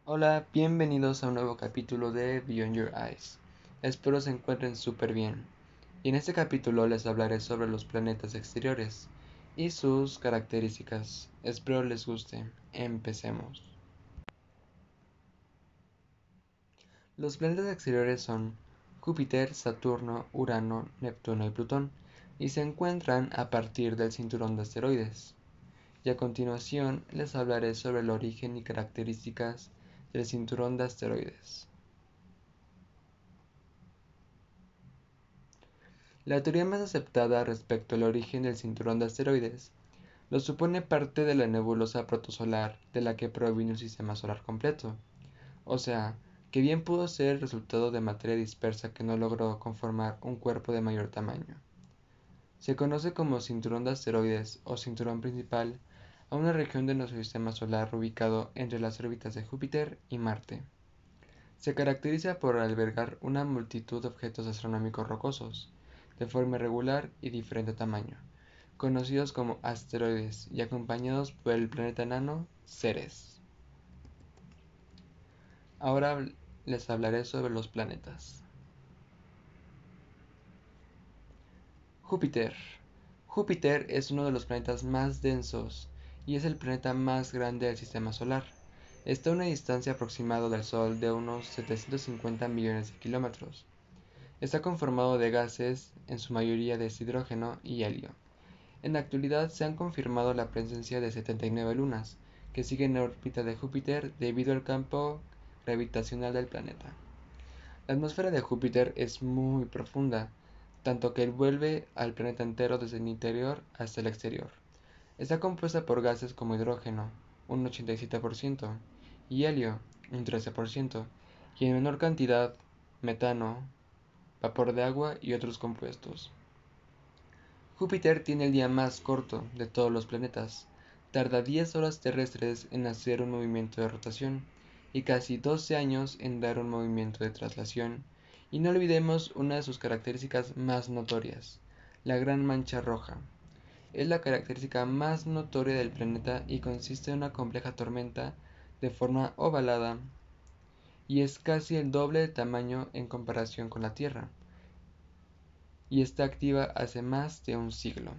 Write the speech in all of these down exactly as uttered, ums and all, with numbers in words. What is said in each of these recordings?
Hola, bienvenidos a un nuevo capítulo de Beyond Your Eyes. Espero se encuentren súper bien. Y en este capítulo les hablaré sobre los planetas exteriores y sus características. Espero les guste. Empecemos. Los planetas exteriores son Júpiter, Saturno, Urano, Neptuno y Plutón, y se encuentran a partir del cinturón de asteroides. Y a continuación les hablaré sobre el origen y características del cinturón de asteroides. La teoría más aceptada respecto al origen del cinturón de asteroides lo supone parte de la nebulosa protosolar de la que provino el sistema solar completo, o sea, que bien pudo ser el resultado de materia dispersa que no logró conformar un cuerpo de mayor tamaño. Se conoce como cinturón de asteroides o cinturón principal a una región de nuestro sistema solar ubicado entre las órbitas de Júpiter y Marte. Se caracteriza por albergar una multitud de objetos astronómicos rocosos, de forma irregular y diferente tamaño, conocidos como asteroides y acompañados por el planeta enano Ceres. Ahora les hablaré sobre los planetas. Júpiter. Júpiter es uno de los planetas más densos y es el planeta más grande del sistema solar. Está a una distancia aproximada del Sol de unos setecientos cincuenta millones de kilómetros. Está conformado de gases, en su mayoría de hidrógeno y helio. En la actualidad se han confirmado la presencia de setenta y nueve lunas, que siguen la órbita de Júpiter debido al campo gravitacional del planeta. La atmósfera de Júpiter es muy profunda, tanto que envuelve al planeta entero desde el interior hasta el exterior. Está compuesta por gases como hidrógeno, un ochenta y siete por ciento, y helio, un trece por ciento, y en menor cantidad, metano, vapor de agua y otros compuestos. Júpiter tiene el día más corto de todos los planetas. Tarda diez horas terrestres en hacer un movimiento de rotación y casi doce años en dar un movimiento de traslación. Y no olvidemos una de sus características más notorias, la gran mancha roja. Es la característica más notoria del planeta y consiste en una compleja tormenta de forma ovalada y es casi el doble de tamaño en comparación con la Tierra, y está activa hace más de un siglo.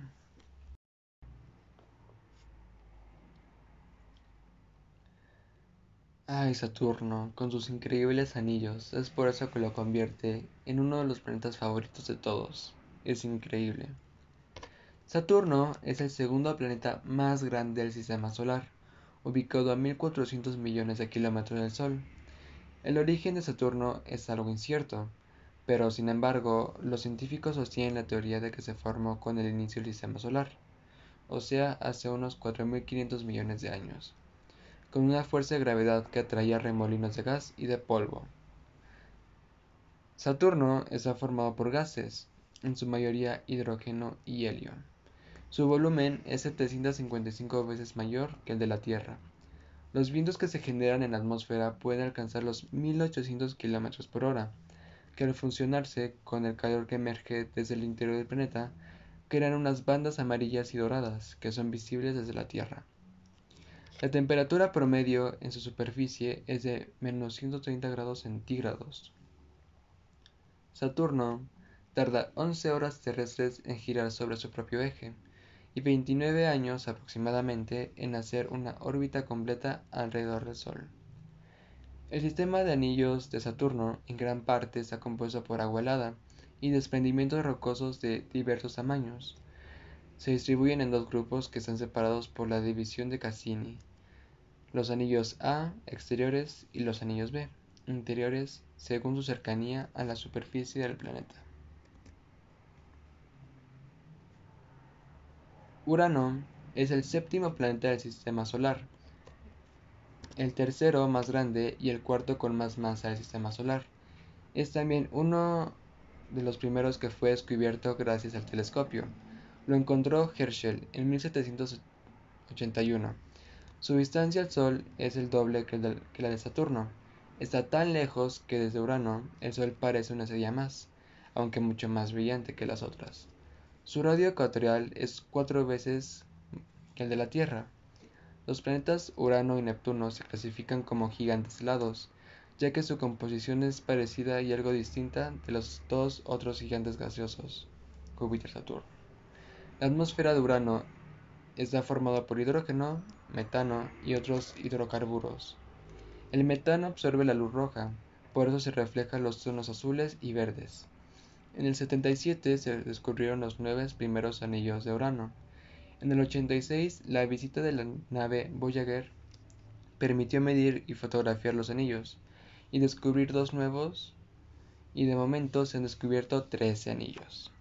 Ay, Saturno, con sus increíbles anillos, es por eso que lo convierte en uno de los planetas favoritos de todos. Es increíble. Saturno es el segundo planeta más grande del sistema solar, ubicado a mil cuatrocientos millones de kilómetros del Sol. El origen de Saturno es algo incierto, pero sin embargo, los científicos sostienen la teoría de que se formó con el inicio del sistema solar, o sea, hace unos cuatro mil quinientos millones de años, con una fuerza de gravedad que atraía remolinos de gas y de polvo. Saturno está formado por gases, en su mayoría hidrógeno y helio. Su volumen es setecientas cincuenta y cinco veces mayor que el de la Tierra. Los vientos que se generan en la atmósfera pueden alcanzar los mil ochocientos kilómetros por hora, que al funcionarse con el calor que emerge desde el interior del planeta, crean unas bandas amarillas y doradas que son visibles desde la Tierra. La temperatura promedio en su superficie es de menos ciento treinta grados centígrados. Saturno tarda once horas terrestres en girar sobre su propio eje y veintinueve años aproximadamente en hacer una órbita completa alrededor del Sol. El sistema de anillos de Saturno en gran parte está compuesto por agua helada y desprendimientos rocosos de diversos tamaños. Se distribuyen en dos grupos que están separados por la división de Cassini: los anillos A, exteriores, y los anillos B, interiores, según su cercanía a la superficie del planeta. Urano es el séptimo planeta del sistema solar, el tercero más grande y el cuarto con más masa del sistema solar. Es también uno de los primeros que fue descubierto gracias al telescopio. Lo encontró Herschel en mil setecientos ochenta y uno. Su distancia al Sol es el doble que, el de, que la de Saturno. Está tan lejos que desde Urano el Sol parece una estrella más, aunque mucho más brillante que las otras. Su radio ecuatorial es cuatro veces que el de la Tierra. Los planetas Urano y Neptuno se clasifican como gigantes helados, ya que su composición es parecida y algo distinta de los dos otros gigantes gaseosos, Júpiter y Saturno. La atmósfera de Urano está formada por hidrógeno, metano y otros hidrocarburos. El metano absorbe la luz roja, por eso se reflejan los tonos azules y verdes. En el setenta y siete se descubrieron los nueve primeros anillos de Urano. En el ochenta y seis, la visita de la nave Voyager permitió medir y fotografiar los anillos y descubrir dos nuevos, y de momento se han descubierto trece anillos.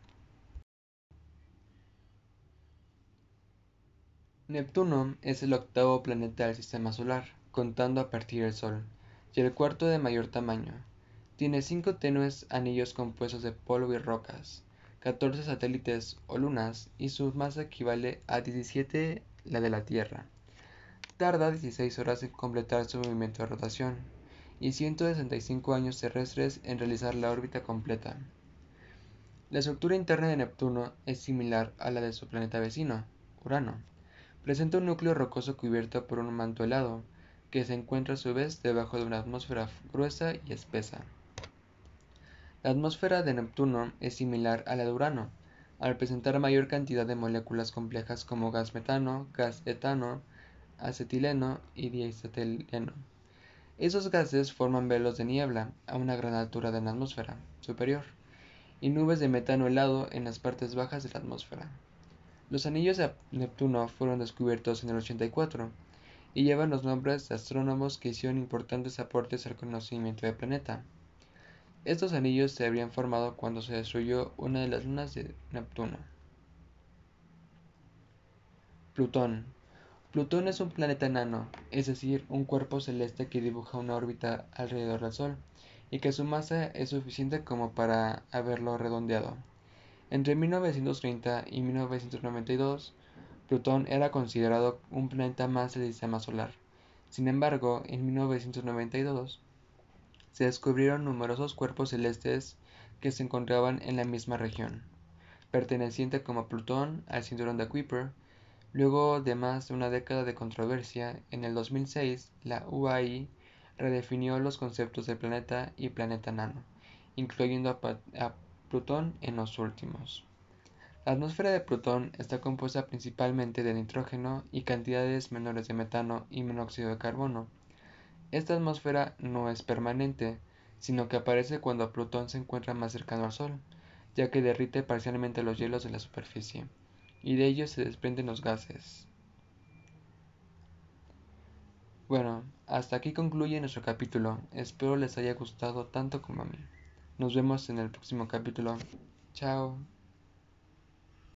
Neptuno es el octavo planeta del sistema solar, contando a partir del Sol, y el cuarto de mayor tamaño. Tiene cinco tenues anillos compuestos de polvo y rocas, catorce satélites o lunas, y su masa equivale a diecisiete la de la Tierra. Tarda dieciséis horas en completar su movimiento de rotación, y ciento sesenta y cinco años terrestres en realizar la órbita completa. La estructura interna de Neptuno es similar a la de su planeta vecino, Urano. Presenta un núcleo rocoso cubierto por un manto helado, que se encuentra a su vez debajo de una atmósfera gruesa y espesa. La atmósfera de Neptuno es similar a la de Urano, al presentar mayor cantidad de moléculas complejas como gas metano, gas etano, acetileno y diacetileno. Esos gases forman velos de niebla a una gran altura de la atmósfera superior y nubes de metano helado en las partes bajas de la atmósfera. Los anillos de Neptuno fueron descubiertos en el ochenta y cuatro y llevan los nombres de astrónomos que hicieron importantes aportes al conocimiento del planeta. Estos anillos se habrían formado cuando se destruyó una de las lunas de Neptuno. Plutón. Plutón es un planeta enano, es decir, un cuerpo celeste que dibuja una órbita alrededor del Sol, y que su masa es suficiente como para haberlo redondeado. Entre mil novecientos treinta y mil novecientos noventa y dos, Plutón era considerado un planeta más del sistema solar. Sin embargo, en mil novecientos noventa y dos se descubrieron numerosos cuerpos celestes que se encontraban en la misma región, perteneciente como Plutón al cinturón de Kuiper. Luego de más de una década de controversia, en el dos mil seis la U A I redefinió los conceptos de planeta y planeta enano, incluyendo a, a Plutón en los últimos. La atmósfera de Plutón está compuesta principalmente de nitrógeno y cantidades menores de metano y monóxido de carbono. Esta atmósfera no es permanente, sino que aparece cuando Plutón se encuentra más cercano al Sol, ya que derrite parcialmente los hielos de la superficie, y de ellos se desprenden los gases. Bueno, hasta aquí concluye nuestro capítulo. Espero les haya gustado tanto como a mí. Nos vemos en el próximo capítulo. Chao.